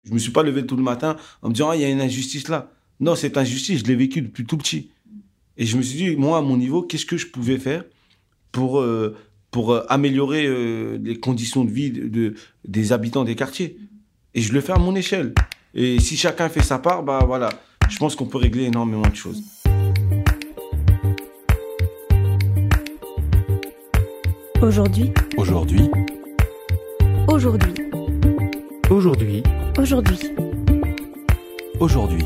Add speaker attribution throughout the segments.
Speaker 1: Je me suis pas levé tout le matin en me disant, il y a une injustice là. Non, cette injustice, je l'ai vécue depuis tout petit. Et je me suis dit, moi, à mon niveau, qu'est-ce que je pouvais faire pour améliorer les conditions de vie des habitants des quartiers. Et je le fais à mon échelle. Et si chacun fait sa part, bah voilà, je pense qu'on peut régler énormément de choses.
Speaker 2: Aujourd'hui.
Speaker 3: Aujourd'hui.
Speaker 2: Aujourd'hui.
Speaker 3: Aujourd'hui.
Speaker 2: Aujourd'hui.
Speaker 3: Aujourd'hui.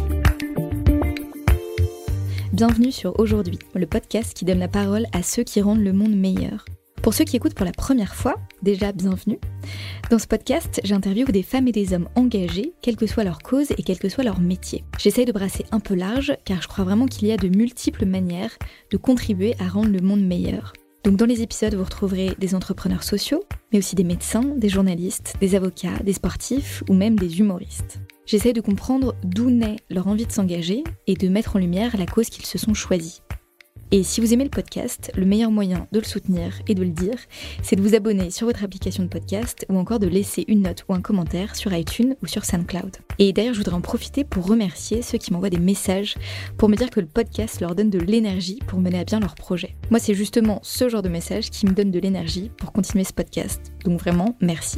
Speaker 2: Bienvenue sur Aujourd'hui, le podcast qui donne la parole à ceux qui rendent le monde meilleur. Pour ceux qui écoutent pour la première fois, déjà bienvenue. Dans ce podcast, j'interviewe des femmes et des hommes engagés, quelle que soit leur cause et quel que soit leur métier. J'essaye de brasser un peu large, car je crois vraiment qu'il y a de multiples manières de contribuer à rendre le monde meilleur. Donc dans les épisodes, vous retrouverez des entrepreneurs sociaux, mais aussi des médecins, des journalistes, des avocats, des sportifs ou même des humoristes. J'essaie de comprendre d'où naît leur envie de s'engager et de mettre en lumière la cause qu'ils se sont choisis. Et si vous aimez le podcast, le meilleur moyen de le soutenir et de le dire, c'est de vous abonner sur votre application de podcast ou encore de laisser une note ou un commentaire sur iTunes ou sur SoundCloud. Et d'ailleurs, je voudrais en profiter pour remercier ceux qui m'envoient des messages pour me dire que le podcast leur donne de l'énergie pour mener à bien leur projet. Moi, c'est justement ce genre de message qui me donne de l'énergie pour continuer ce podcast. Donc vraiment, merci.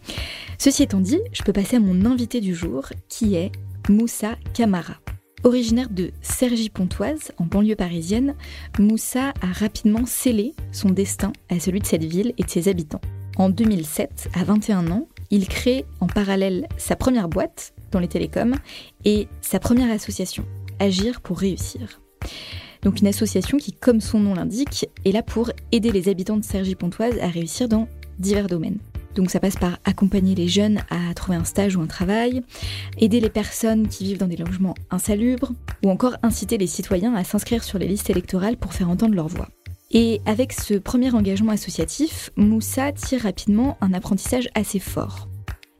Speaker 2: Ceci étant dit, je peux passer à mon invité du jour, qui est Moussa Camara. Originaire de Cergy-Pontoise, en banlieue parisienne, Moussa a rapidement scellé son destin à celui de cette ville et de ses habitants. En 2007, à 21 ans, il crée en parallèle sa première boîte dans les télécoms et sa première association, Agir pour réussir. Donc une association qui, comme son nom l'indique, est là pour aider les habitants de Cergy-Pontoise à réussir dans divers domaines. Donc ça passe par accompagner les jeunes à trouver un stage ou un travail, aider les personnes qui vivent dans des logements insalubres, ou encore inciter les citoyens à s'inscrire sur les listes électorales pour faire entendre leur voix. Et avec ce premier engagement associatif, Moussa tire rapidement un apprentissage assez fort.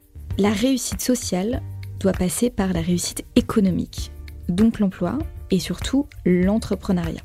Speaker 2: La réussite sociale doit passer par la réussite économique, donc l'emploi et surtout l'entrepreneuriat.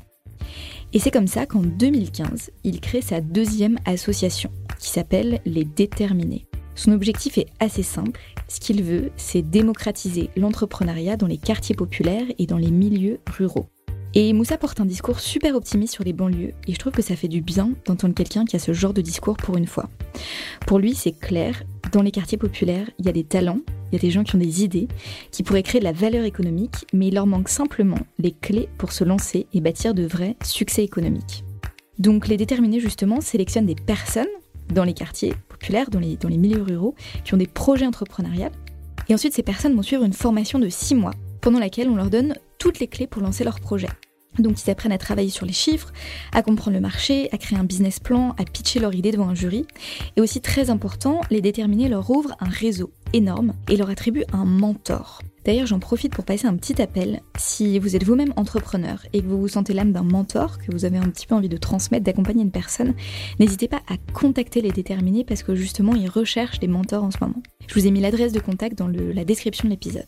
Speaker 2: Et c'est comme ça qu'en 2015, il crée sa deuxième association, qui s'appelle Les Déterminés. Son objectif est assez simple. Ce qu'il veut, c'est démocratiser l'entrepreneuriat dans les quartiers populaires et dans les milieux ruraux. Et Moussa porte un discours super optimiste sur les banlieues, et je trouve que ça fait du bien d'entendre quelqu'un qui a ce genre de discours pour une fois. Pour lui, c'est clair, dans les quartiers populaires, il y a des talents, il y a des gens qui ont des idées, qui pourraient créer de la valeur économique, mais il leur manque simplement les clés pour se lancer et bâtir de vrais succès économiques. Donc les Déterminés, justement, sélectionnent des personnes dans les quartiers populaires, dans les milieux ruraux, qui ont des projets entrepreneuriaux. Et ensuite, ces personnes vont suivre une formation de 6 mois, pendant laquelle on leur donne toutes les clés pour lancer leur projet. Donc ils apprennent à travailler sur les chiffres, à comprendre le marché, à créer un business plan, à pitcher leur idée devant un jury. Et aussi très important, les Déterminés leur ouvrent un réseau énorme et leur attribuent un mentor. D'ailleurs, j'en profite pour passer un petit appel. Si vous êtes vous-même entrepreneur et que vous vous sentez l'âme d'un mentor, que vous avez un petit peu envie de transmettre, d'accompagner une personne, n'hésitez pas à contacter les Déterminés parce que justement, ils recherchent des mentors en ce moment. Je vous ai mis l'adresse de contact dans la description de l'épisode.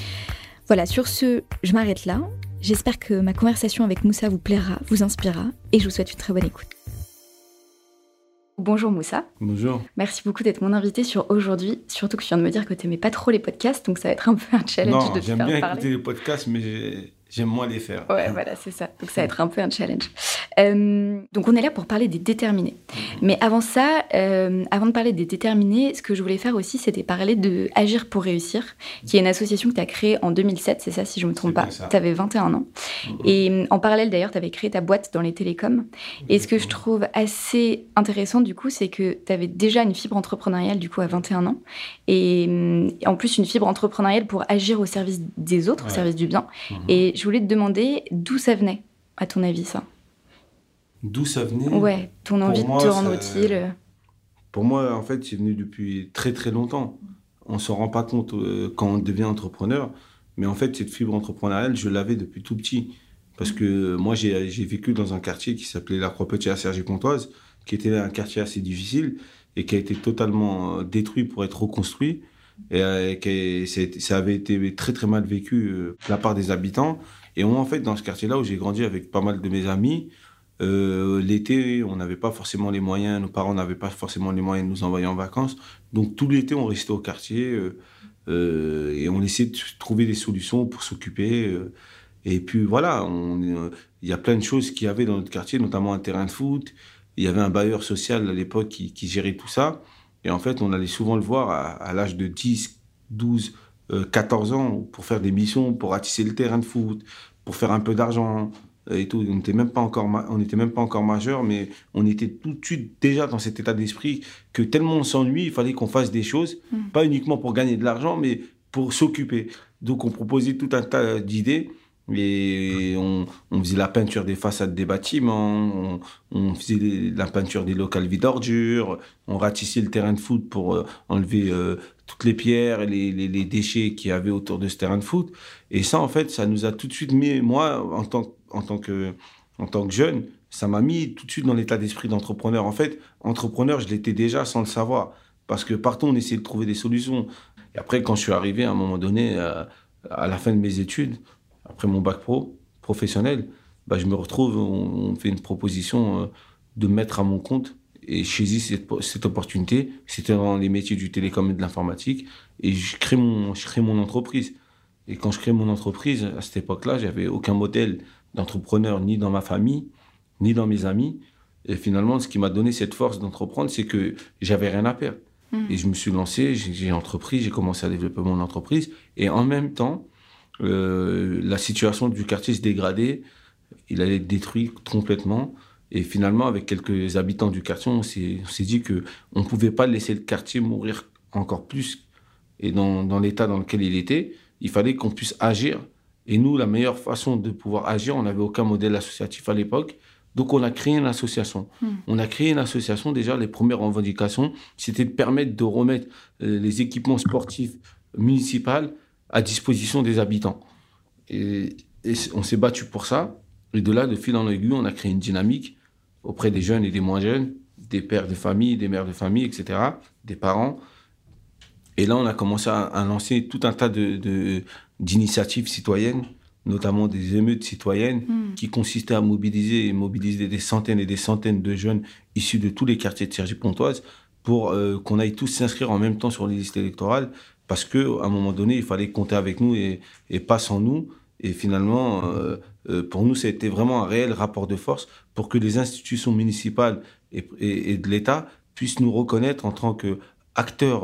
Speaker 2: Voilà, sur ce, je m'arrête là. J'espère que ma conversation avec Moussa vous plaira, vous inspirera et je vous souhaite une très bonne écoute. Bonjour Moussa.
Speaker 1: Bonjour.
Speaker 2: Merci beaucoup d'être mon invité sur Aujourd'hui, surtout que tu viens de me dire que tu n'aimais pas trop les podcasts, donc ça va être un peu un challenge de te faire parler.
Speaker 1: Non, j'aime bien écouter les podcasts, mais j'aime moins les faire.
Speaker 2: Ouais, voilà, c'est ça. Donc ça va être un peu un challenge. Donc on est là pour parler des Déterminés. Mais avant ça, avant de parler des Déterminés, ce que je voulais faire aussi, c'était parler de Agir pour réussir, qui est une association que tu as créée en 2007, c'est ça si je ne me trompe pas. Tu avais 21 ans. Et en parallèle d'ailleurs, tu avais créé ta boîte dans les télécoms. Et ce que je trouve assez intéressant du coup, c'est que tu avais déjà une fibre entrepreneuriale du coup à 21 ans. Et en plus une fibre entrepreneuriale pour agir au service des autres, au service du bien. Et je voulais te demander d'où ça venait, à ton avis, ça.
Speaker 1: D'où ça venait ?
Speaker 2: Ouais, ton envie de te rendre utile.
Speaker 1: Pour moi, en fait, c'est venu depuis très très longtemps. On ne s'en rend pas compte quand on devient entrepreneur. Mais en fait, cette fibre entrepreneuriale, je l'avais depuis tout petit. Parce que moi, j'ai vécu dans un quartier qui s'appelait la Croix-Petit à Cergy-Pontoise, qui était un quartier assez difficile et qui a été totalement détruit pour être reconstruit. Et ça avait été très très mal vécu de la part des habitants. Et moi, en fait, dans ce quartier-là où j'ai grandi avec pas mal de mes amis, l'été, on n'avait pas forcément les moyens, nos parents n'avaient pas forcément les moyens de nous envoyer en vacances. Donc tout l'été, on restait au quartier Et on essaie de trouver des solutions pour s'occuper. Et puis voilà, il y a plein de choses qu'il y avait dans notre quartier, notamment un terrain de foot. Il y avait un bailleur social à l'époque qui gérait tout ça. Et en fait, on allait souvent le voir à l'âge de 10, 12, 14 ans pour faire des missions, pour ratisser le terrain de foot, pour faire un peu d'argent et tout. On n'était même pas encore majeur, mais on était tout de suite déjà dans cet état d'esprit que tellement on s'ennuie, il fallait qu'on fasse des choses, pas uniquement pour gagner de l'argent, mais pour s'occuper. Donc on proposait tout un tas d'idées. Et on faisait la peinture des façades des bâtiments, on faisait la peinture des locales vides d'ordures, on ratissait le terrain de foot pour enlever toutes les pierres et les déchets qu'il y avait autour de ce terrain de foot. Et ça, en fait, ça nous a tout de suite mis, moi, en tant que jeune, ça m'a mis tout de suite dans l'état d'esprit d'entrepreneur. En fait, entrepreneur, je l'étais déjà sans le savoir. Parce que partout, on essayait de trouver des solutions. Et après, quand je suis arrivé, à un moment donné, à la fin de mes études, après mon bac professionnel, je me retrouve, on fait une proposition de me mettre à mon compte et je saisis cette opportunité. C'était dans les métiers du télécom et de l'informatique et je crée mon entreprise. Et quand je crée mon entreprise, à cette époque-là, j'avais aucun modèle d'entrepreneur ni dans ma famille, ni dans mes amis. Et finalement, ce qui m'a donné cette force d'entreprendre, c'est que j'avais rien à perdre. Et je me suis lancé, j'ai entrepris, j'ai commencé à développer mon entreprise et en même temps, la situation du quartier se dégradait, il allait être détruit complètement. Et finalement, avec quelques habitants du quartier, on s'est dit qu'on ne pouvait pas laisser le quartier mourir encore plus. Et dans l'état dans lequel il était, il fallait qu'on puisse agir. Et nous, la meilleure façon de pouvoir agir, on n'avait aucun modèle associatif à l'époque. Donc, on a créé une association. On a créé une association, déjà, les premières revendications, c'était de permettre de remettre les équipements sportifs municipaux à disposition des habitants. Et on s'est battu pour ça. Et de là, de fil en aiguille, on a créé une dynamique auprès des jeunes et des moins jeunes, des pères de famille, des mères de famille, etc., des parents. Et là, on a commencé à lancer tout un tas d'initiatives citoyennes, notamment des émeutes citoyennes, qui consistaient à mobiliser des centaines et des centaines de jeunes issus de tous les quartiers de Cergy-Pontoise pour qu'on aille tous s'inscrire en même temps sur les listes électorales. Parce qu'à un moment donné, il fallait compter avec nous et pas sans nous. Et finalement, pour nous, ça a été vraiment un réel rapport de force pour que les institutions municipales et de l'État puissent nous reconnaître en tant qu'acteurs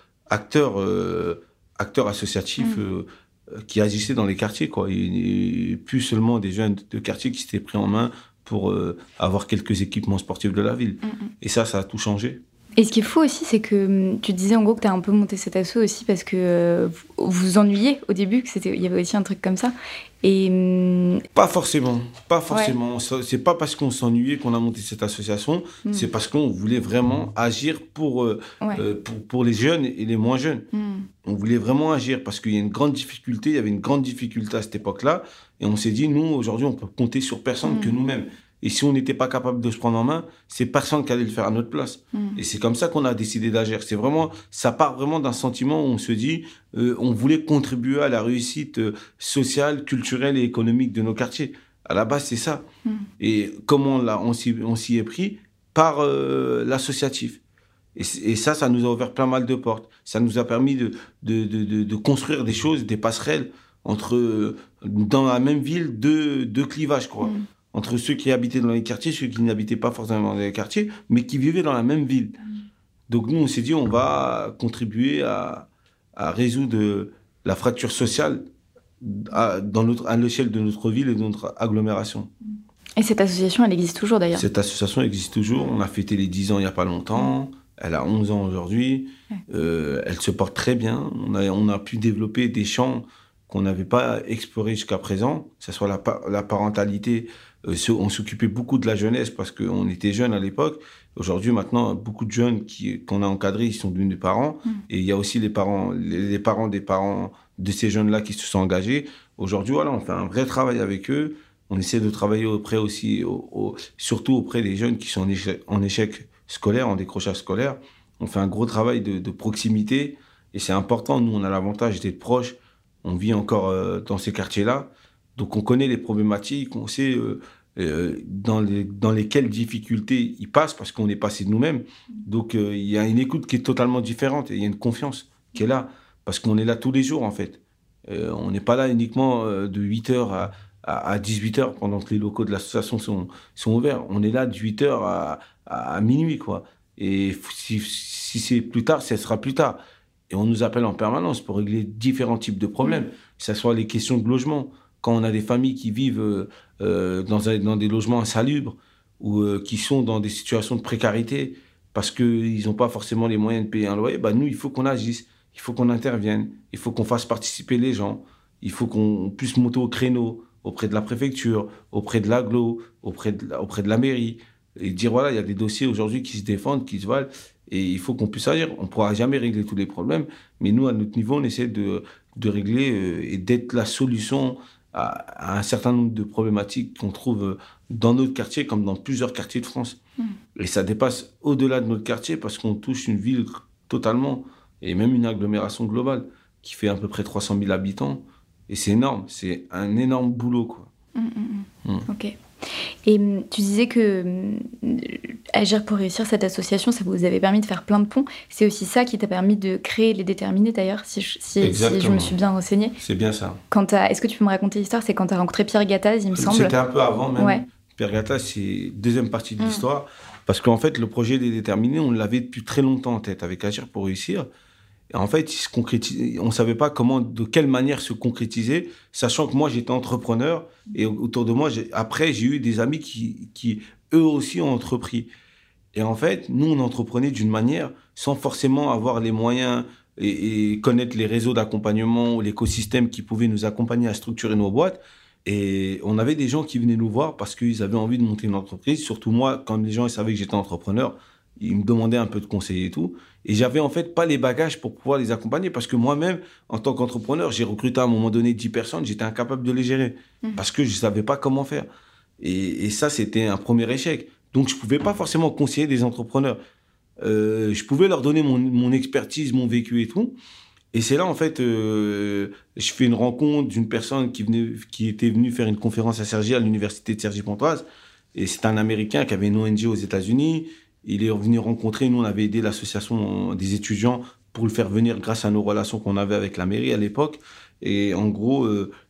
Speaker 1: associatifs qui agissaient dans les quartiers, quoi. Et plus seulement des jeunes de quartier qui s'étaient pris en main pour avoir quelques équipements sportifs de la ville. Et ça a tout changé.
Speaker 2: Et ce qui est fou aussi, c'est que tu disais en gros que tu as un peu monté cet asso aussi parce que vous vous ennuyiez au début, il y avait aussi un truc comme ça. Et
Speaker 1: Pas forcément.
Speaker 2: Ouais.
Speaker 1: C'est pas parce qu'on s'ennuyait qu'on a monté cette association, c'est parce qu'on voulait vraiment agir pour les jeunes et les moins jeunes. On voulait vraiment agir parce qu'il y avait une grande difficulté à cette époque-là. Et on s'est dit, nous, aujourd'hui, on peut compter sur personne que nous-mêmes. Et si on n'était pas capable de se prendre en main, c'est personne qui allait le faire à notre place. Et c'est comme ça qu'on a décidé d'agir. Ça part vraiment d'un sentiment où on se dit, on voulait contribuer à la réussite sociale, culturelle et économique de nos quartiers. À la base, c'est ça. Et comment on s'y est pris par l'associatif. Et ça nous a ouvert plein mal de portes. Ça nous a permis de construire des choses, des passerelles dans la même ville, deux clivages, quoi. Entre ceux qui habitaient dans les quartiers, ceux qui n'habitaient pas forcément dans les quartiers, mais qui vivaient dans la même ville. Donc nous, on s'est dit, on va contribuer à résoudre la fracture sociale à l'échelle de notre ville et de notre agglomération.
Speaker 2: Et cette association, elle existe toujours d'ailleurs.
Speaker 1: Cette association existe toujours. On a fêté les 10 ans il n'y a pas longtemps. Elle a 11 ans aujourd'hui. Elle se porte très bien. On a pu développer des champs qu'on n'avait pas explorés jusqu'à présent, que ce soit la parentalité. On s'occupait beaucoup de la jeunesse parce qu'on était jeunes à l'époque. Aujourd'hui, maintenant, beaucoup de jeunes qu'on a encadrés, ils sont devenus parents. Et il y a aussi les parents des parents de ces jeunes-là qui se sont engagés. Aujourd'hui, voilà, on fait un vrai travail avec eux. On essaie de travailler auprès aussi, surtout auprès des jeunes qui sont en échec scolaire, en décrochage scolaire. On fait un gros travail de proximité et c'est important. Nous, on a l'avantage d'être proches. On vit encore dans ces quartiers-là. Donc, on connaît les problématiques, on sait dans lesquelles difficultés ils passent parce qu'on est passé de nous-mêmes. Donc, il y a une écoute qui est totalement différente et il y a une confiance qui est là. parce qu'on est là tous les jours, en fait. On n'est pas là uniquement de 8h à 18h pendant que les locaux de l'association sont ouverts. On est là de 8h à minuit, quoi. Et si c'est plus tard, ce sera plus tard. Et on nous appelle en permanence pour régler différents types de problèmes, que ce soit les questions de logement. Quand on a des familles qui vivent dans des logements insalubres ou qui sont dans des situations de précarité parce qu'ils n'ont pas forcément les moyens de payer un loyer, nous, il faut qu'on agisse, il faut qu'on intervienne, il faut qu'on fasse participer les gens, il faut qu'on puisse monter au créneau auprès de la préfecture, auprès de l'agglo, auprès de la mairie, et dire voilà, il y a des dossiers aujourd'hui qui se défendent, qui se valent, et il faut qu'on puisse agir. On ne pourra jamais régler tous les problèmes, mais nous, à notre niveau, on essaie de régler et d'être la solution à un certain nombre de problématiques qu'on trouve dans notre quartier, comme dans plusieurs quartiers de France. Et ça dépasse au-delà de notre quartier, parce qu'on touche une ville totalement, et même une agglomération globale, qui fait à peu près 300 000 habitants. Et c'est énorme, c'est un énorme boulot, quoi.
Speaker 2: Ok. Et tu disais que Agir pour réussir, cette association, ça vous avait permis de faire plein de ponts. C'est aussi ça qui t'a permis de créer Les Déterminés, d'ailleurs, si je me suis bien renseignée.
Speaker 1: C'est bien ça.
Speaker 2: Est-ce que tu peux me raconter l'histoire? C'est quand tu as rencontré Pierre Gattaz, il me semble.
Speaker 1: C'était un peu avant même.
Speaker 2: Ouais.
Speaker 1: Pierre Gattaz, c'est deuxième partie de l'histoire. Parce qu'en fait, le projet des Déterminés, on l'avait depuis très longtemps en tête, avec Agir pour réussir. Et en fait, on ne savait pas de quelle manière se concrétiser, sachant que moi, j'étais entrepreneur. Et autour de moi, après, j'ai eu des amis qui, eux aussi, ont entrepris. Et en fait, nous, on entreprenait d'une manière sans forcément avoir les moyens et connaître les réseaux d'accompagnement ou l'écosystème qui pouvaient nous accompagner à structurer nos boîtes. Et on avait des gens qui venaient nous voir parce qu'ils avaient envie de monter une entreprise. Surtout moi, quand les gens savaient que j'étais entrepreneur, ils me demandaient un peu de conseils et tout. Et j'avais en fait pas les bagages pour pouvoir les accompagner parce que moi-même, en tant qu'entrepreneur, j'ai recruté à un moment donné 10 personnes, j'étais incapable de les gérer parce que je savais pas comment faire. Et ça, c'était un premier échec. Donc, je pouvais pas forcément conseiller des entrepreneurs. Je pouvais leur donner mon expertise, mon vécu et tout. Et c'est là, en fait, je fais une rencontre d'une personne qui était venue faire une conférence à Cergy, à l'université de Cergy-Pontoise. Et c'est un Américain qui avait une ONG aux États-Unis. Il est venu rencontrer, nous, on avait aidé l'association des étudiants pour le faire venir grâce à nos relations qu'on avait avec la mairie à l'époque. Et en gros,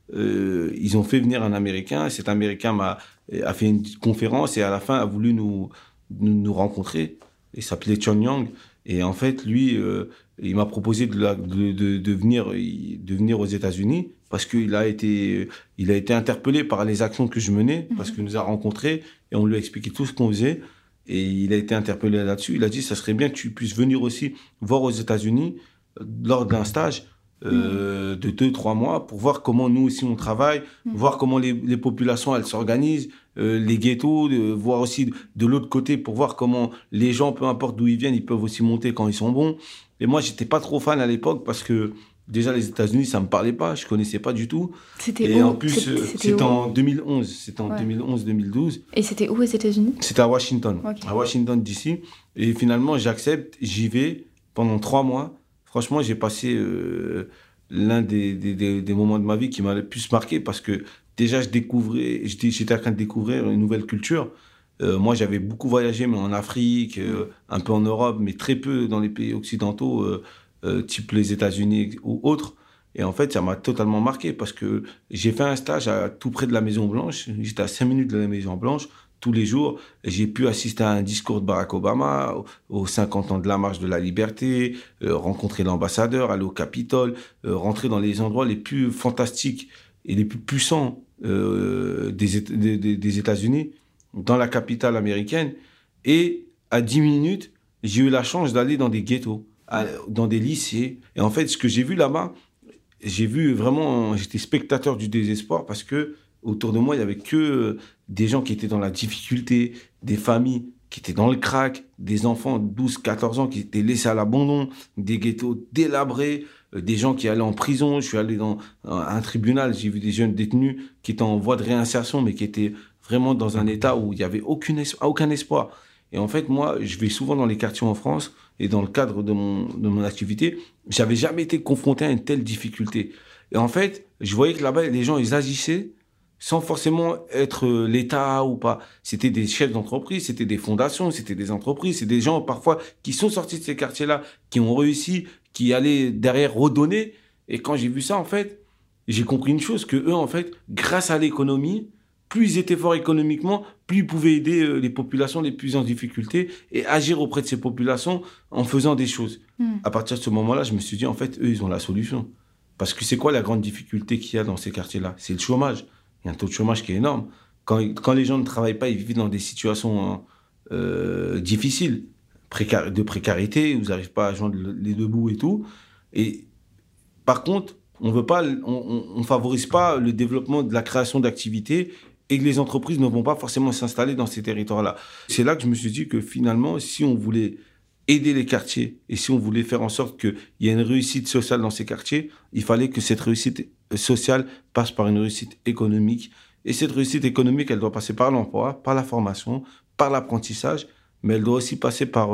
Speaker 1: ils ont fait venir un Américain. Cet Américain a fait une conférence et à la fin a voulu nous rencontrer. Il s'appelait Chon Yang. Et en fait, lui, il m'a proposé de venir aux États-Unis parce qu'il a été interpellé par les actions que je menais, parce qu'il nous a rencontrés et on lui a expliqué tout ce qu'on faisait. Et il a été interpellé là-dessus. Il a dit, ça serait bien que tu puisses venir aussi voir aux États-Unis lors d'un stage de 2-3 mois pour voir comment nous aussi on travaille, voir comment les populations elles s'organisent, les ghettos, voir aussi de l'autre côté pour voir comment les gens, peu importe d'où ils viennent, ils peuvent aussi monter quand ils sont bons. Et moi, j'étais pas trop fan à l'époque parce que déjà les États-Unis, ça me parlait pas, je connaissais pas du tout.
Speaker 2: C'était où?
Speaker 1: En plus, c'était en 2011, c'était en 2011-2012.
Speaker 2: Et c'était où aux États-Unis?
Speaker 1: C'était à Washington,
Speaker 2: okay.
Speaker 1: À Washington DC. Et finalement, j'accepte, j'y vais pendant 3 mois. Franchement, j'ai passé l'un des moments de ma vie qui m'a le plus marqué parce que déjà, j'étais en train de découvrir une nouvelle culture. Moi, j'avais beaucoup voyagé, mais en Afrique, un peu en Europe, mais très peu dans les pays occidentaux, type les États-Unis ou autres. Et en fait, ça m'a totalement marqué parce que j'ai fait un stage tout près de la Maison-Blanche. J'étais à 5 minutes de la Maison-Blanche. Tous les jours, j'ai pu assister à un discours de Barack Obama, aux 50 ans de la Marche de la Liberté, rencontrer l'ambassadeur, aller au Capitole, rentrer dans les endroits les plus fantastiques et les plus puissants des États-Unis, dans la capitale américaine. Et à 10 minutes, j'ai eu la chance d'aller dans des ghettos, dans des lycées. Et en fait, ce que j'ai vu là-bas, j'étais spectateur du désespoir parce que autour de moi, il n'y avait que des gens qui étaient dans la difficulté, des familles qui étaient dans le crack, des enfants de 12-14 ans qui étaient laissés à l'abandon, des ghettos délabrés, des gens qui allaient en prison. Je suis allé dans un tribunal, j'ai vu des jeunes détenus qui étaient en voie de réinsertion, mais qui étaient vraiment dans un état où il n'y avait aucun espoir. Et en fait, moi, je vais souvent dans les quartiers en France, et dans le cadre de mon activité, j'avais jamais été confronté à une telle difficulté. Et en fait, je voyais que là-bas, les gens, ils agissaient sans forcément être l'État ou pas. C'était des chefs d'entreprise, c'était des fondations, c'était des entreprises, c'est des gens parfois qui sont sortis de ces quartiers-là, qui ont réussi, qui allaient derrière redonner. Et quand j'ai vu ça, en fait, j'ai compris une chose, que eux, en fait, grâce à l'économie, plus ils étaient forts économiquement, plus ils pouvaient aider les populations les plus en difficulté et agir auprès de ces populations en faisant des choses. À partir de ce moment-là, je me suis dit, en fait, eux, ils ont la solution. Parce que c'est quoi la grande difficulté qu'il y a dans ces quartiers-là? C'est le chômage. Il y a un taux de chômage qui est énorme. Quand les gens ne travaillent pas, ils vivent dans des situations difficiles, de précarité, vous n'arrivez pas à joindre les deux bouts et tout. Et par contre, on favorise pas le développement de la création d'activités et que les entreprises ne vont pas forcément s'installer dans ces territoires-là. C'est là que je me suis dit que finalement, si on voulait aider les quartiers et si on voulait faire en sorte qu'il y ait une réussite sociale dans ces quartiers, il fallait que cette réussite sociale passe par une réussite économique. Et cette réussite économique, elle doit passer par l'emploi, par la formation, par l'apprentissage, mais elle doit aussi passer par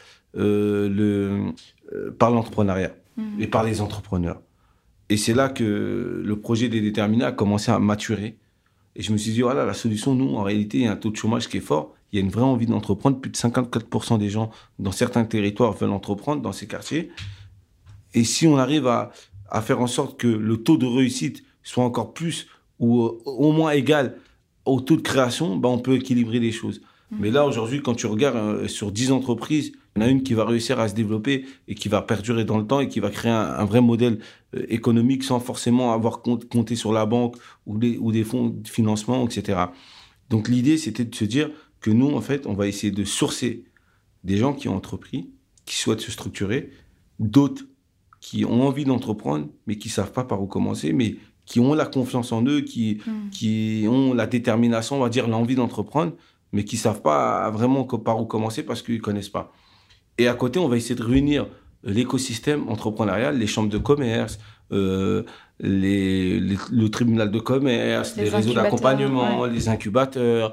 Speaker 1: l'entrepreneuriat et par les entrepreneurs. Et c'est là que le projet des déterminés a commencé à maturer. Et je me suis dit, voilà, la solution, nous, en réalité, il y a un taux de chômage qui est fort. Il y a une vraie envie d'entreprendre. Plus de 54% des gens dans certains territoires veulent entreprendre dans ces quartiers. Et si on arrive à faire en sorte que le taux de réussite soit encore plus ou au moins égal au taux de création, on peut équilibrer les choses. Mais là, aujourd'hui, quand tu regardes sur 10 entreprises, il y en a une qui va réussir à se développer et qui va perdurer dans le temps et qui va créer un vrai modèle économique sans forcément avoir compté sur la banque ou des fonds de financement, etc. Donc, l'idée, c'était de se dire que nous, en fait, on va essayer de sourcer des gens qui ont entrepris, qui souhaitent se structurer, d'autres qui ont envie d'entreprendre, mais qui ne savent pas par où commencer, mais qui ont la confiance en eux, qui ont la détermination, on va dire l'envie d'entreprendre, mais qui ne savent pas vraiment par où commencer parce qu'ils ne connaissent pas. Et à côté, on va essayer de réunir l'écosystème entrepreneurial, les chambres de commerce, le tribunal de commerce, les réseaux d'accompagnement, les incubateurs,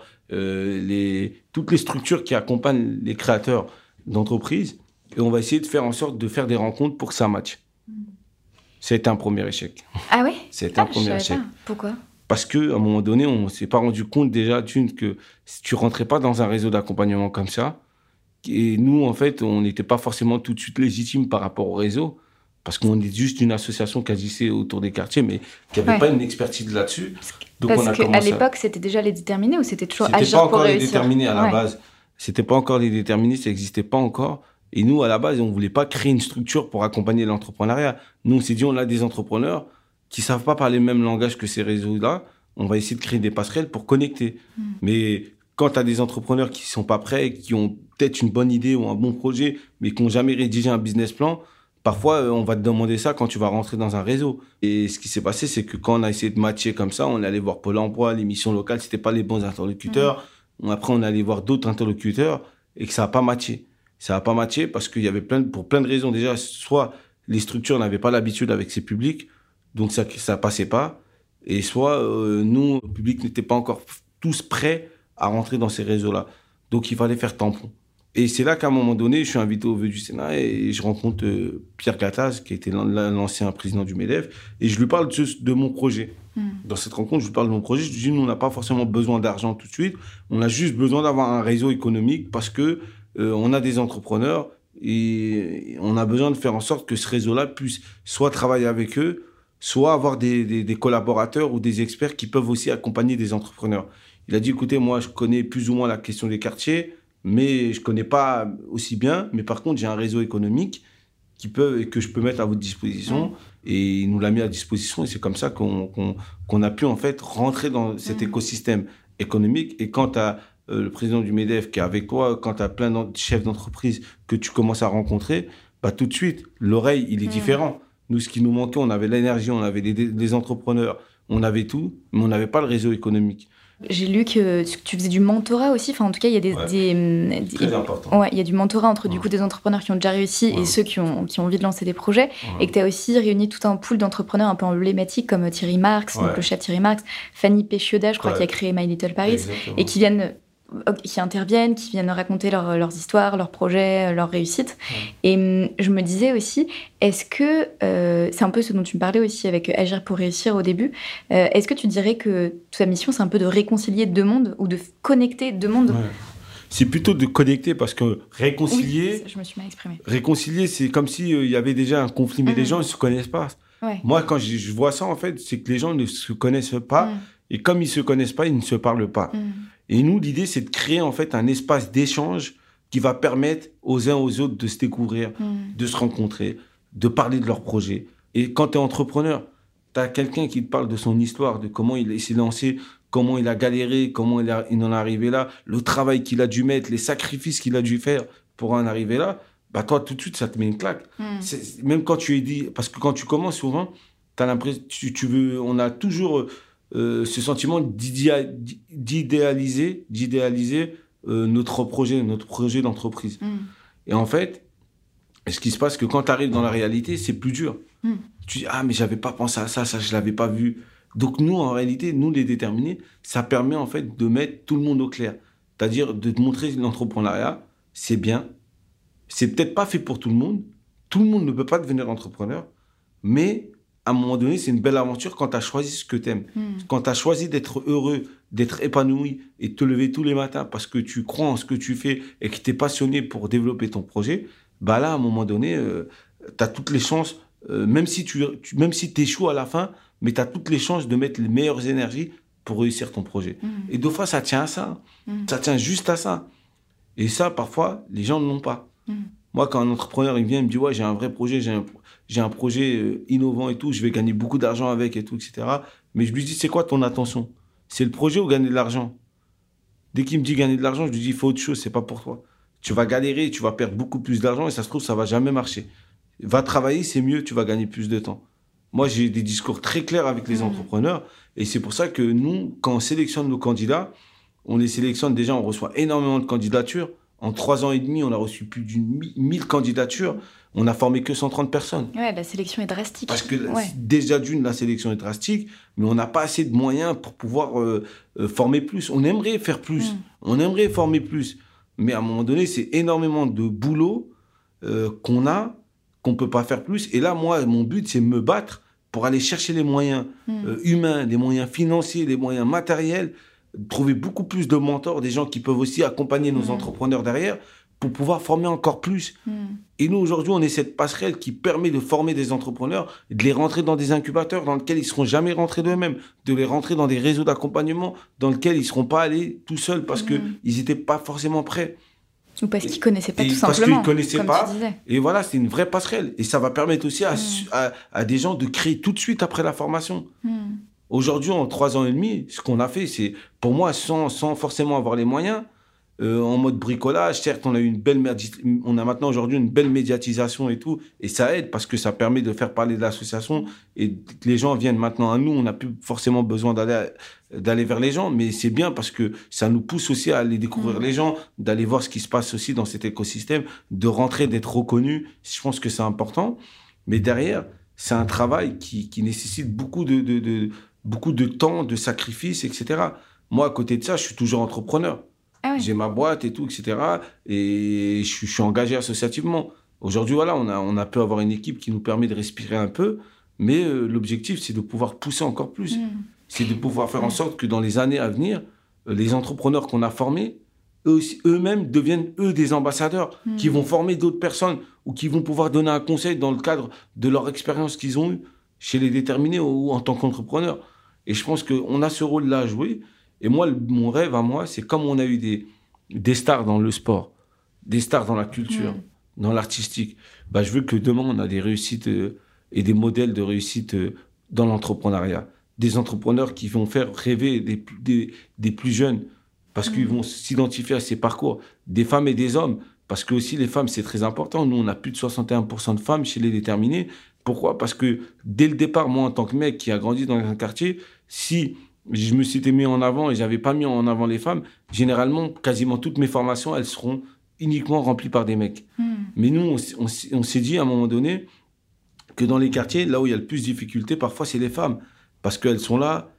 Speaker 1: toutes les structures qui accompagnent les créateurs d'entreprises. Et on va essayer de faire en sorte de faire des rencontres pour que ça matche. C'était un premier échec.
Speaker 2: Ah oui?
Speaker 1: C'était un premier échec.
Speaker 2: Pourquoi?
Speaker 1: Parce qu'à un moment donné, on ne s'est pas rendu compte déjà que si tu ne rentrais pas dans un réseau d'accompagnement comme ça, et nous, en fait, on n'était pas forcément tout de suite légitime par rapport au réseau, parce qu'on est juste une association qui agissait autour des quartiers, mais qui n'avait pas une expertise là-dessus. Donc
Speaker 2: parce qu'à l'époque, c'était déjà les déterminés ou c'était toujours agir pour réussir?
Speaker 1: C'était pas encore les déterminés à la base. C'était pas encore les déterminés, ça n'existait pas encore. Et nous, à la base, on ne voulait pas créer une structure pour accompagner l'entrepreneuriat. Nous, on s'est dit, on a des entrepreneurs qui ne savent pas parler le même langage que ces réseaux-là. On va essayer de créer des passerelles pour connecter. Mais quand tu as des entrepreneurs qui ne sont pas prêts, qui ont peut-être une bonne idée ou un bon projet, mais qui n'ont jamais rédigé un business plan, parfois, on va te demander ça quand tu vas rentrer dans un réseau. Et ce qui s'est passé, c'est que quand on a essayé de matcher comme ça, on allait voir Pôle emploi, les missions locales, ce n'étaient pas les bons interlocuteurs. Après, on allait voir d'autres interlocuteurs et que ça n'a pas matché. Ça n'a pas matché parce qu'il y avait pour plein de raisons. Déjà, soit les structures n'avaient pas l'habitude avec ces publics, donc ça ne passait pas. Et soit nous, le public, n'était pas encore tous prêts à rentrer dans ces réseaux-là. Donc, il fallait faire tampon. Et c'est là qu'à un moment donné, je suis invité au vœu du Sénat et je rencontre Pierre Gattaz, qui était l'ancien président du MEDEF, et je lui parle juste de mon projet. Dans cette rencontre, je lui parle de mon projet. Je lui dis, nous, on n'a pas forcément besoin d'argent tout de suite. On a juste besoin d'avoir un réseau économique parce que on a des entrepreneurs et on a besoin de faire en sorte que ce réseau-là puisse soit travailler avec eux, soit avoir des collaborateurs ou des experts qui peuvent aussi accompagner des entrepreneurs. Il a dit, écoutez, moi, je connais plus ou moins la question des quartiers, mais je ne connais pas aussi bien. Mais par contre, j'ai un réseau économique que je peux mettre à votre disposition. Et il nous l'a mis à disposition. Et c'est comme ça qu'on a pu, en fait, rentrer dans cet écosystème économique. Et quand tu as le président du MEDEF qui est avec toi, quand tu as plein de chefs d'entreprise que tu commences à rencontrer, tout de suite, l'oreille, il est différent. Nous, ce qui nous manquait, on avait l'énergie, on avait des entrepreneurs, on avait tout, mais on n'avait pas le réseau économique.
Speaker 2: J'ai lu que tu faisais du mentorat aussi. Enfin, en tout cas, il y a
Speaker 1: très important.
Speaker 2: Ouais, il y a du mentorat entre du coup des entrepreneurs qui ont déjà réussi et ceux qui ont envie de lancer des projets. Et que tu as aussi réuni tout un pool d'entrepreneurs un peu emblématiques comme Thierry Marx, donc le chef Thierry Marx, Fanny Péchioda, je crois, qui a créé My Little Paris, et qui interviennent, qui viennent raconter leurs histoires, leurs projets, leurs réussites. Et je me disais aussi, est-ce que, c'est un peu ce dont tu me parlais aussi avec Agir pour réussir au début, est-ce que tu dirais que ta mission, c'est un peu de réconcilier deux mondes ou de connecter deux mondes?
Speaker 1: C'est plutôt de connecter parce que réconcilier,
Speaker 2: Oui, je me suis mal exprimée.
Speaker 1: réconcilier, c'est comme si il y avait déjà un conflit, mais les gens ne se connaissent pas.
Speaker 2: Ouais.
Speaker 1: Moi, quand je vois ça, en fait, c'est que les gens ne se connaissent pas et comme ils ne se connaissent pas, ils ne se parlent pas. Et nous, l'idée, c'est de créer en fait un espace d'échange qui va permettre aux uns aux autres de se découvrir, de se rencontrer, de parler de leurs projets. Et quand tu es entrepreneur, tu as quelqu'un qui te parle de son histoire, de comment il s'est lancé, comment il a galéré, comment il en est arrivé là, le travail qu'il a dû mettre, les sacrifices qu'il a dû faire pour en arriver là, bah toi, tout de suite, ça te met une claque. Même quand tu es dit... Parce que quand tu commences, souvent, tu as l'impression... on a toujours ce sentiment d'idéaliser notre projet d'entreprise. Et en fait, ce qui se passe, c'est que quand tu arrives dans la réalité, c'est plus dur. Tu dis, ah, mais j'avais pas pensé à ça, je l'avais pas vu. Donc nous, en réalité, nous les déterminés, ça permet en fait de mettre tout le monde au clair. C'est-à-dire de te montrer l'entrepreneuriat, c'est bien. C'est peut-être pas fait pour tout le monde. Tout le monde ne peut pas devenir entrepreneur. Mais à un moment donné, c'est une belle aventure quand tu as choisi ce que tu aimes. Quand tu as choisi d'être heureux, d'être épanoui et de te lever tous les matins parce que tu crois en ce que tu fais et que tu es passionné pour développer ton projet, bah là, à un moment donné, tu as toutes les chances, même si tu échoues à la fin, mais tu as toutes les chances de mettre les meilleures énergies pour réussir ton projet. Et des fois, ça tient à ça. Ça tient juste à ça. Et ça, parfois, les gens ne l'ont pas. Moi, quand un entrepreneur il vient, il me dit « Ouais, j'ai un vrai projet, j'ai un projet innovant et tout, je vais gagner beaucoup d'argent avec et tout, etc. » Mais je lui dis « C'est quoi ton attention? C'est le projet ou gagner de l'argent ?» Dès qu'il me dit gagner de l'argent, je lui dis « Il faut autre chose, c'est pas pour toi. Tu vas galérer, tu vas perdre beaucoup plus d'argent et ça se trouve, ça va jamais marcher. Va travailler, c'est mieux, tu vas gagner plus de temps. » Moi, j'ai des discours très clairs avec les entrepreneurs et c'est pour ça que nous, quand on sélectionne nos candidats, on les sélectionne déjà, on reçoit énormément de candidatures. En 3 ans et demi, on a reçu plus de 1000 candidatures. On n'a formé que 130 personnes.
Speaker 2: Ouais, la sélection est drastique.
Speaker 1: Parce que déjà la sélection est drastique, mais on n'a pas assez de moyens pour pouvoir former plus. On aimerait faire plus. On aimerait former plus. Mais à un moment donné, c'est énormément de boulot qu'on ne peut pas faire plus. Et là, moi, mon but, c'est de me battre pour aller chercher les moyens humains, les moyens financiers, les moyens matériels, trouver beaucoup plus de mentors, des gens qui peuvent aussi accompagner nos entrepreneurs derrière pour pouvoir former encore plus. Et nous, aujourd'hui, on est cette passerelle qui permet de former des entrepreneurs, de les rentrer dans des incubateurs dans lesquels ils ne seront jamais rentrés d'eux-mêmes, de les rentrer dans des réseaux d'accompagnement dans lesquels ils ne seront pas allés tout seuls parce qu'ils n'étaient pas forcément prêts.
Speaker 2: Ou parce qu'ils ne connaissaient pas tout simplement.
Speaker 1: Parce qu'ils ne connaissaient pas. Et voilà, c'est une vraie passerelle. Et ça va permettre aussi à des gens de créer tout de suite après la formation. Aujourd'hui, en 3 ans et demi, ce qu'on a fait, c'est, pour moi, sans forcément avoir les moyens, en mode bricolage, certes, on a maintenant aujourd'hui une belle médiatisation et tout, et ça aide parce que ça permet de faire parler de l'association et que les gens viennent maintenant à nous. On n'a plus forcément besoin d'aller vers les gens, mais c'est bien parce que ça nous pousse aussi à aller découvrir les gens, d'aller voir ce qui se passe aussi dans cet écosystème, de rentrer, d'être reconnu. Je pense que c'est important. Mais derrière, c'est un travail qui nécessite beaucoup de temps, de sacrifices, etc. Moi, à côté de ça, je suis toujours entrepreneur. Ah oui. J'ai ma boîte et tout, etc. Et je suis engagé associativement. Aujourd'hui, voilà, on a pu avoir une équipe qui nous permet de respirer un peu, mais l'objectif, c'est de pouvoir pousser encore plus. C'est de pouvoir faire en sorte que dans les années à venir, les entrepreneurs qu'on a formés, eux-mêmes deviennent, des ambassadeurs qui vont former d'autres personnes ou qui vont pouvoir donner un conseil dans le cadre de leur expérience qu'ils ont eue chez les déterminés ou en tant qu'entrepreneurs. Et je pense qu'on a ce rôle-là à jouer. Et moi, mon rêve à moi, c'est comme on a eu des stars dans le sport, des stars dans la culture, dans l'artistique. Bah, je veux que demain, on a des réussites et des modèles de réussite dans l'entrepreneuriat. Des entrepreneurs qui vont faire rêver des plus jeunes parce qu'ils vont s'identifier à ces parcours. Des femmes et des hommes, parce que aussi les femmes, c'est très important. Nous, on a plus de 61% de femmes chez les déterminés. Pourquoi ? Parce que dès le départ, moi, en tant que mec qui a grandi dans un quartier, si je me suis mis en avant et je n'avais pas mis en avant les femmes, généralement, quasiment toutes mes formations, elles seront uniquement remplies par des mecs. Mais nous, on s'est dit à un moment donné que dans les quartiers, là où il y a le plus de difficultés, parfois, c'est les femmes. Parce qu'elles sont là,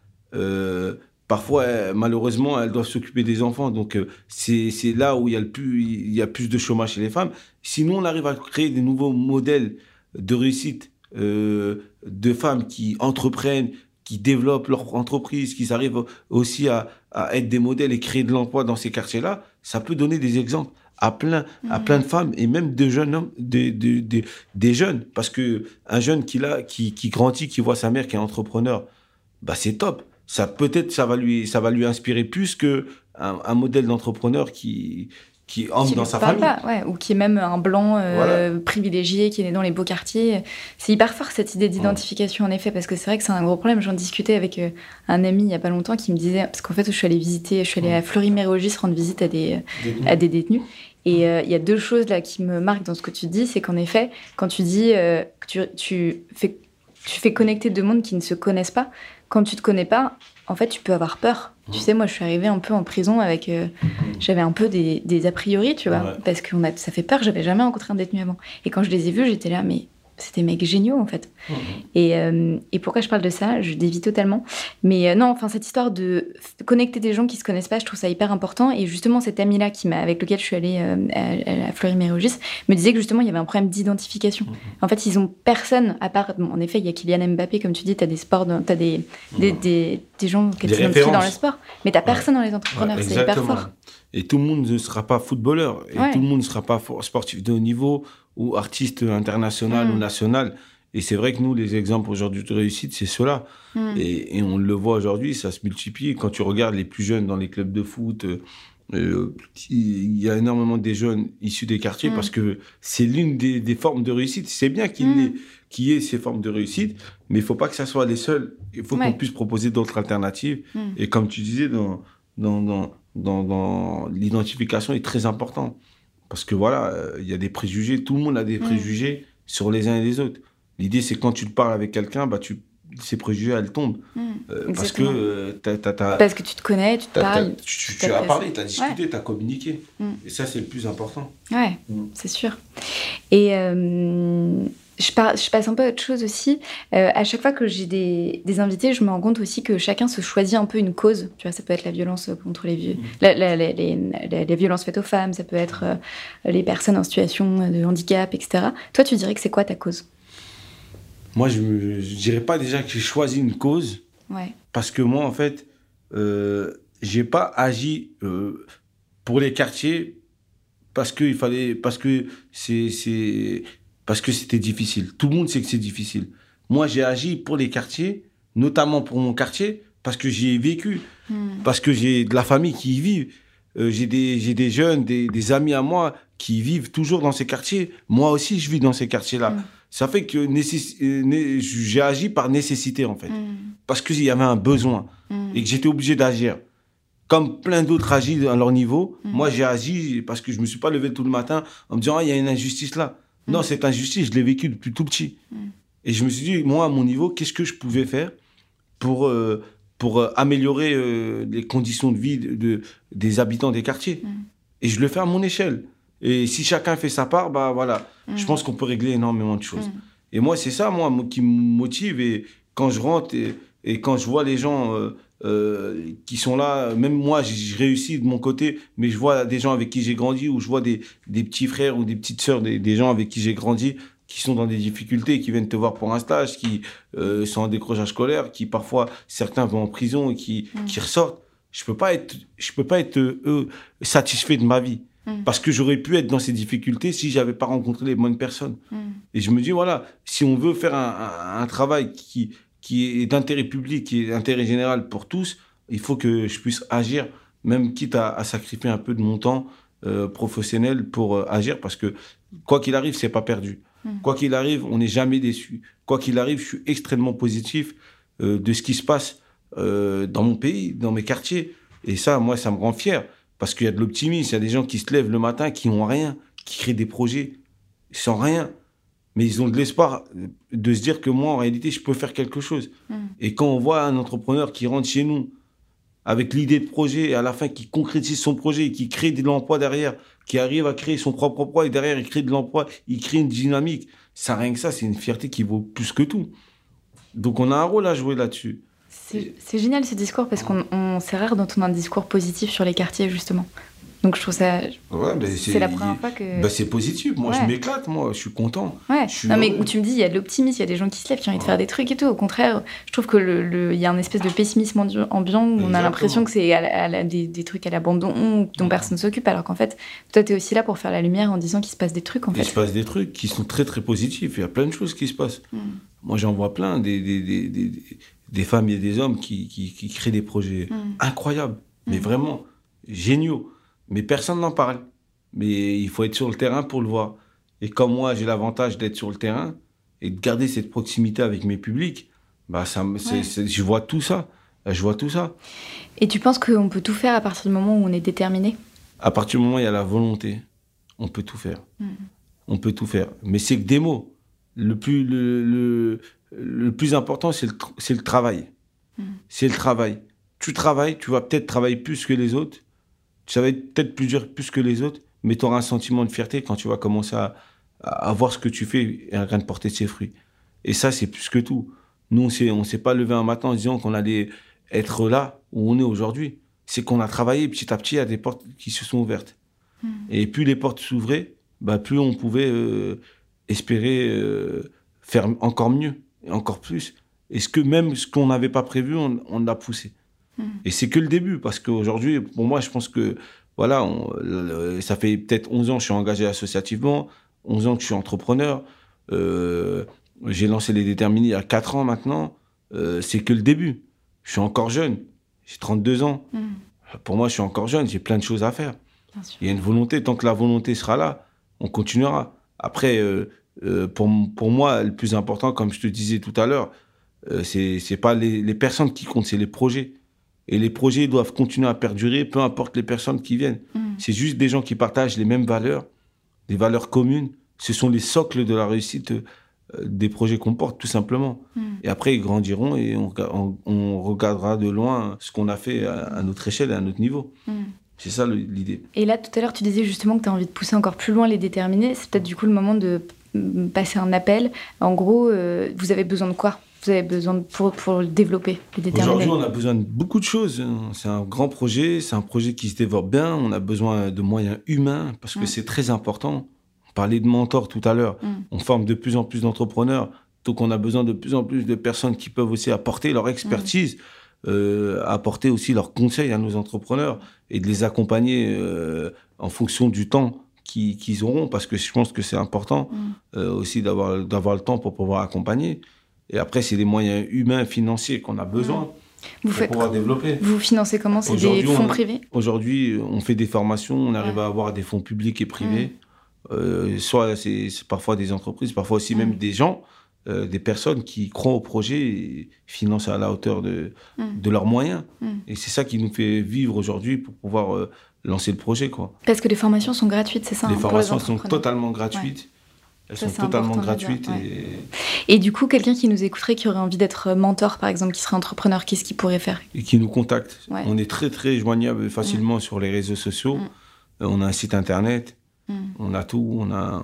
Speaker 1: parfois, malheureusement, elles doivent s'occuper des enfants. Donc, c'est là où il y a plus de chômage chez les femmes. Sinon, on arrive à créer des nouveaux modèles de réussite de femmes qui entreprennent, qui développent leur entreprise, qui arrivent aussi à être des modèles et créer de l'emploi dans ces quartiers-là. ça peut donner des exemples à plein de femmes et même de jeunes hommes, des jeunes. Parce qu'un jeune qui grandit, qui voit sa mère qui est entrepreneur, bah c'est top. Peut-être ça va lui inspirer plus qu'un modèle d'entrepreneur qui entre dans sa famille.
Speaker 2: Pas, ouais, ou qui est même un blanc privilégié, qui est né dans les beaux quartiers. C'est hyper fort cette idée d'identification, en effet, parce que c'est vrai que c'est un gros problème. J'en discutais avec un ami il n'y a pas longtemps qui me disait, parce qu'en fait, je suis allée à Fleury-Mérogis rendre visite à des détenus. Et il y a deux choses là qui me marquent dans ce que tu dis, c'est qu'en effet, quand tu dis que tu fais connecter deux mondes qui ne se connaissent pas, quand tu te connais pas, en fait, tu peux avoir peur. Tu sais, moi, je suis arrivée un peu en prison avec... j'avais un peu des a priori, tu vois, parce que ça fait peur, j'avais jamais rencontré un détenu avant. Et quand je les ai vus, j'étais là, mais c'est des mecs géniaux, en fait. Et pourquoi je parle de ça ? Je dévie totalement. Mais non, enfin, cette histoire de connecter des gens qui se connaissent pas, je trouve ça hyper important. Et justement, cette amie-là avec lequel je suis allée à Fleury-Mérogis me disait que justement, il y avait un problème d'identification. En fait, ils ont personne, à part... Bon, en effet, il y a Kylian Mbappé, comme tu dis, t'as des gens qui s'identifient dans le sport. Mais t'as personne dans les entrepreneurs, c'est hyper fort.
Speaker 1: Et tout le monde ne sera pas footballeur. Et tout le monde ne sera pas sportif de haut niveau ou artiste international ou national. Et c'est vrai que nous, les exemples aujourd'hui de réussite, c'est ceux-là. Et on le voit aujourd'hui, ça se multiplie. Quand tu regardes les plus jeunes dans les clubs de foot, il y a énormément des jeunes issus des quartiers parce que c'est l'une des formes de réussite. C'est bien qu'il y ait ces formes de réussite, mais il ne faut pas que ça soit les seules. Il faut qu'on puisse proposer d'autres alternatives. Et comme tu disais, dans l'identification est très important. Parce que voilà, il y a des préjugés, tout le monde a des préjugés sur les uns et les autres. L'idée, c'est quand tu te parles avec quelqu'un, ces préjugés, elles tombent. Parce que
Speaker 2: parce que tu te connais, tu te parles.
Speaker 1: Tu as parlé, tu as discuté, tu as communiqué. Et ça, c'est le plus important.
Speaker 2: Ouais, c'est sûr. Et je passe un peu à autre chose aussi. À chaque fois que j'ai des invités, je me rends compte aussi que chacun se choisit un peu une cause. Tu vois, ça peut être la violence contre les violences faites aux femmes, ça peut être les personnes en situation de handicap, etc. Toi, tu dirais que c'est quoi ta cause ?
Speaker 1: Moi, je ne dirais pas déjà que j'ai choisi une cause.
Speaker 2: Ouais.
Speaker 1: Parce que moi, en fait, j'ai pas agi pour les quartiers parce que c'était difficile. Tout le monde sait que c'est difficile. Moi, j'ai agi pour les quartiers, notamment pour mon quartier, parce que j'y ai vécu, parce que j'ai de la famille qui y vit. J'ai des jeunes, des amis à moi qui vivent toujours dans ces quartiers. Moi aussi, je vis dans ces quartiers-là. Ça fait que j'ai agi par nécessité, en fait. Parce qu'il y avait un besoin et que j'étais obligé d'agir. Comme plein d'autres agissent à leur niveau, moi, j'ai agi parce que je ne me suis pas levé tout le matin en me disant « Ah, il y a une injustice là ». Non, cette injustice, je l'ai vécue depuis tout petit. Et je me suis dit, moi, à mon niveau, qu'est-ce que je pouvais faire pour améliorer les conditions de vie des habitants des quartiers. Et je le fais à mon échelle. Et si chacun fait sa part, bah voilà, je pense qu'on peut régler énormément de choses. Et moi, c'est ça, moi, qui me motive. Et quand je rentre et quand je vois les gens qui sont là, même moi, je réussis de mon côté, mais je vois des gens avec qui j'ai grandi, ou je vois des petits frères ou des petites sœurs, des gens avec qui j'ai grandi, qui sont dans des difficultés, qui viennent te voir pour un stage, qui sont en décrochage scolaire, qui parfois, certains vont en prison et qui ressortent. Je peux pas être satisfait de ma vie. Parce que j'aurais pu être dans ces difficultés si j'avais pas rencontré les bonnes personnes. Et je me dis, voilà, si on veut faire un travail qui est d'intérêt public, qui est d'intérêt général pour tous, il faut que je puisse agir, même quitte à sacrifier un peu de mon temps professionnel pour agir, parce que quoi qu'il arrive, c'est pas perdu. Quoi qu'il arrive, on n'est jamais déçu. Quoi qu'il arrive, je suis extrêmement positif de ce qui se passe dans mon pays, dans mes quartiers. Et ça, moi, ça me rend fier. Parce qu'il y a de l'optimisme, il y a des gens qui se lèvent le matin, qui n'ont rien, qui créent des projets sans rien. Mais ils ont de l'espoir de se dire que moi, en réalité, je peux faire quelque chose. Et quand on voit un entrepreneur qui rentre chez nous avec l'idée de projet et à la fin qui concrétise son projet et qui crée de l'emploi derrière, qui arrive à créer son propre emploi et derrière il crée de l'emploi, il crée une dynamique. Ça, rien que ça, c'est une fierté qui vaut plus que tout. Donc on a un rôle à jouer là-dessus.
Speaker 2: C'est génial ce discours parce qu'on c'est rare d'entendre un discours positif sur les quartiers justement. Donc je trouve ça...
Speaker 1: Ouais, mais
Speaker 2: c'est la première fois que...
Speaker 1: Bah, c'est positif. Moi, je m'éclate. Moi, je suis content.
Speaker 2: Ouais.
Speaker 1: Je
Speaker 2: Non, mais où tu me dis, il y a de l'optimisme, il y a des gens qui se lèvent, qui ont envie de faire des trucs et tout. Au contraire, je trouve que il y a un espèce de pessimisme ambiant où on a l'impression que c'est des trucs à l'abandon dont personne ne s'occupe, alors qu'en fait, toi, t'es aussi là pour faire la lumière en disant qu'il se passe des trucs, en fait.
Speaker 1: Il se passe des trucs qui sont très, très positifs. Il y a plein de choses qui se passent. Moi, j'en vois plein. Des femmes et des hommes qui créent des projets incroyables, mais vraiment géniaux. Mais personne n'en parle. Mais il faut être sur le terrain pour le voir. Et comme moi, j'ai l'avantage d'être sur le terrain et de garder cette proximité avec mes publics, bah je vois tout ça. Je vois tout ça.
Speaker 2: Et tu penses qu'on peut tout faire à partir du moment où on est déterminé ?
Speaker 1: À partir du moment où il y a la volonté, on peut tout faire. On peut tout faire. Mais c'est que des mots. Le plus important, c'est le travail. C'est le travail. Tu travailles, tu vas peut-être travailler plus que les autres. Ça va être peut-être plus que les autres, mais tu auras un sentiment de fierté quand tu vas commencer à voir ce que tu fais et à de porter ses fruits. Et ça, c'est plus que tout. Nous, on s'est pas levé un matin en disant qu'on allait être là où on est aujourd'hui. C'est qu'on a travaillé petit à petit, il y a des portes qui se sont ouvertes. Et plus les portes s'ouvraient, bah, plus on pouvait espérer faire encore mieux et encore plus. Et même ce qu'on n'avait pas prévu, on l'a poussé. Et c'est que le début, parce qu'aujourd'hui, pour moi, je pense que voilà, ça fait peut-être 11 ans que je suis engagé associativement, 11 ans que je suis entrepreneur. J'ai lancé Les Déterminés il y a 4 ans maintenant. C'est que le début. Je suis encore jeune. J'ai 32 ans. Pour moi, je suis encore jeune. J'ai plein de choses à faire. Il y a une volonté. Tant que la volonté sera là, on continuera. Après, pour moi, le plus important, comme je te disais tout à l'heure, c'est pas les personnes qui comptent, c'est les projets. Et les projets doivent continuer à perdurer, peu importe les personnes qui viennent. C'est juste des gens qui partagent les mêmes valeurs, des valeurs communes. Ce sont les socles de la réussite des projets qu'on porte, tout simplement. Et après, ils grandiront et on regardera de loin ce qu'on a fait à notre échelle et à notre niveau. C'est ça l'idée.
Speaker 2: Et là, tout à l'heure, tu disais justement que tu as envie de pousser encore plus loin les déterminés. C'est peut-être du coup le moment de passer un appel. En gros, vous avez besoin de quoi ? Vous avez besoin pour le développer, les déterminés?
Speaker 1: Aujourd'hui, on a besoin de beaucoup de choses. C'est un grand projet, c'est un projet qui se développe bien. On a besoin de moyens humains parce que c'est très important. On parlait de mentors tout à l'heure. On forme de plus en plus d'entrepreneurs. Donc, on a besoin de plus en plus de personnes qui peuvent aussi apporter leur expertise, apporter aussi leurs conseils à nos entrepreneurs et de les accompagner en fonction du temps qu'ils auront, parce que je pense que c'est important aussi d'avoir le temps pour pouvoir accompagner. Et après, c'est des moyens humains, financiers qu'on a besoin pour pouvoir développer.
Speaker 2: Vous financez comment? C'est des fonds privés? Aujourd'hui, on fait des formations, on arrive à avoir des fonds publics et privés. Soit c'est parfois des entreprises, parfois aussi même des gens, des personnes qui croient au projet et financent à la hauteur de leurs moyens. Et c'est ça qui nous fait vivre aujourd'hui pour pouvoir lancer le projet, quoi. Parce que les formations sont gratuites, c'est ça?
Speaker 1: Les formations sont totalement gratuites. Elles sont totalement gratuites.
Speaker 2: Et du coup, quelqu'un qui nous écouterait, qui aurait envie d'être mentor, par exemple, qui serait entrepreneur, qu'est-ce qu'il pourrait faire? Et
Speaker 1: qui nous contacte. On est très, très joignable facilement sur les réseaux sociaux. On a un site internet. On a tout. On a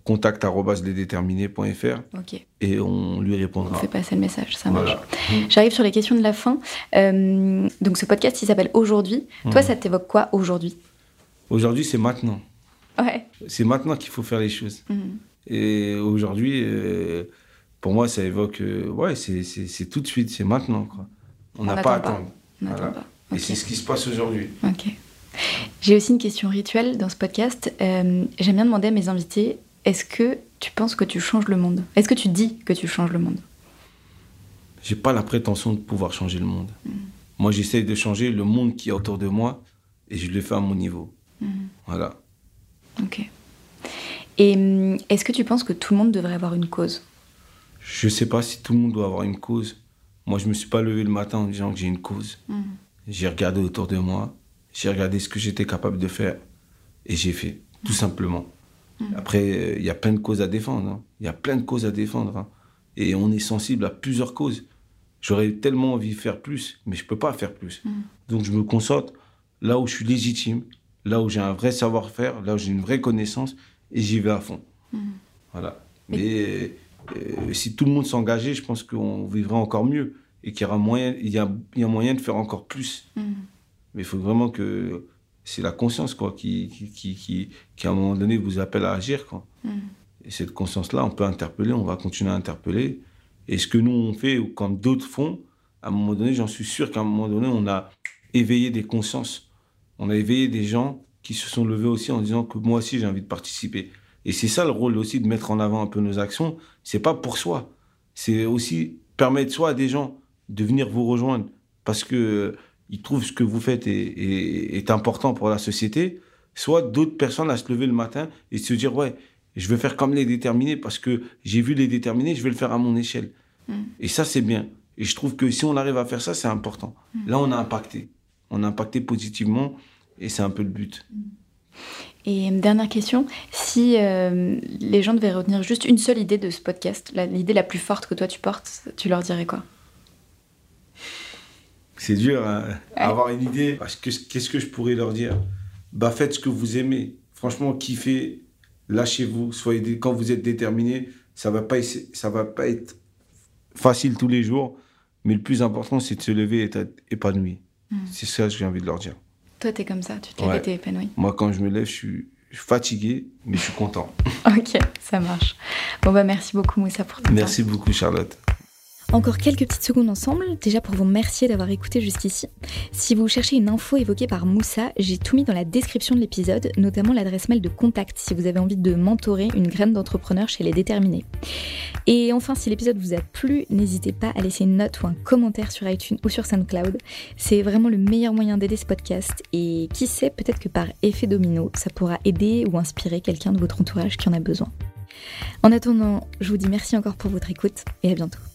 Speaker 1: contact@lesdéterminés.fr. Et on lui répondra.
Speaker 2: On fait passer le message, ça marche. J'arrive sur les questions de la fin. Donc, ce podcast, il s'appelle Aujourd'hui. Toi, ça t'évoque quoi, aujourd'hui? Aujourd'hui, c'est maintenant. C'est maintenant qu'il faut faire les choses. Et aujourd'hui, pour moi, ça évoque... c'est tout de suite, c'est maintenant, quoi. On n'a pas à attendre. Et c'est ce qui se passe aujourd'hui. J'ai aussi une question rituelle dans ce podcast. J'aime bien demander à mes invités, est-ce que tu penses que tu changes le monde? Est-ce que tu dis que tu changes le monde? J'ai pas la prétention de pouvoir changer le monde. Moi, j'essaye de changer le monde qui est autour de moi et je le fais à mon niveau. Voilà. Ok. Et est-ce que tu penses que tout le monde devrait avoir une cause? Je sais pas si tout le monde doit avoir une cause. Moi, je me suis pas levé le matin en disant que j'ai une cause. J'ai regardé autour de moi, j'ai regardé ce que j'étais capable de faire et j'ai fait, tout simplement. Après, il y a plein de causes à défendre. Il y a plein de causes à défendre. Et on est sensible à plusieurs causes. J'aurais tellement envie de faire plus, mais je peux pas faire plus. Donc, je me concentre là où je suis légitime, là où j'ai un vrai savoir-faire, là où j'ai une vraie connaissance, et j'y vais à fond. Voilà. Mais si tout le monde s'engageait, je pense qu'on vivrait encore mieux et qu'il y aura moyen, il y a moyen de faire encore plus. Mais il faut vraiment que
Speaker 1: c'est la conscience, quoi, qui, à un moment donné, vous appelle à agir, quoi. Et cette conscience-là, on peut interpeller, on va continuer à interpeller. Et ce que nous, on fait, ou comme d'autres font, à un moment donné, j'en suis sûr qu'à un moment donné, on a éveillé des consciences. On a éveillé des gens qui se sont levés aussi en disant que moi aussi, j'ai envie de participer. Et c'est ça le rôle aussi, de mettre en avant un peu nos actions. C'est pas pour soi. C'est aussi permettre soit à des gens de venir vous rejoindre parce qu'ils trouvent ce que vous faites est important pour la société, soit d'autres personnes à se lever le matin et se dire « Ouais, je vais faire comme les déterminés parce que j'ai vu les déterminés, je vais le faire à mon échelle. » Et ça, c'est bien. Et je trouve que si on arrive à faire ça, c'est important. Là, on a impacté. On a impacté positivement et c'est un peu le but.
Speaker 2: Et dernière question, si les gens devaient retenir juste une seule idée de ce podcast, l'idée la plus forte que toi tu portes, tu leur dirais quoi ?
Speaker 1: C'est dur à avoir une idée. Parce que qu'est-ce que je pourrais leur dire ? Bah, faites ce que vous aimez. Franchement, kiffez, lâchez-vous. Quand vous êtes déterminé, ça va pas être facile tous les jours. Mais le plus important, c'est de se lever et d'être épanoui. C'est ça que j'ai envie de leur dire.
Speaker 2: Toi, t'es comme ça, tu te lèves et t'es épanoui.
Speaker 1: Moi, quand je me lève, je suis fatigué, mais je suis content.
Speaker 2: Ok, ça marche. Bon, bah merci beaucoup, Moussa, pour ton temps.
Speaker 1: Merci beaucoup, Charlotte.
Speaker 2: Encore quelques petites secondes ensemble, déjà pour vous remercier d'avoir écouté jusqu'ici. Si vous cherchez une info évoquée par Moussa, j'ai tout mis dans la description de l'épisode, notamment l'adresse mail de contact si vous avez envie de mentorer une graine d'entrepreneur chez les déterminés. Et enfin, si l'épisode vous a plu, n'hésitez pas à laisser une note ou un commentaire sur iTunes ou sur SoundCloud. C'est vraiment le meilleur moyen d'aider ce podcast et qui sait, peut-être que par effet domino, ça pourra aider ou inspirer quelqu'un de votre entourage qui en a besoin. En attendant, je vous dis merci encore pour votre écoute et à bientôt.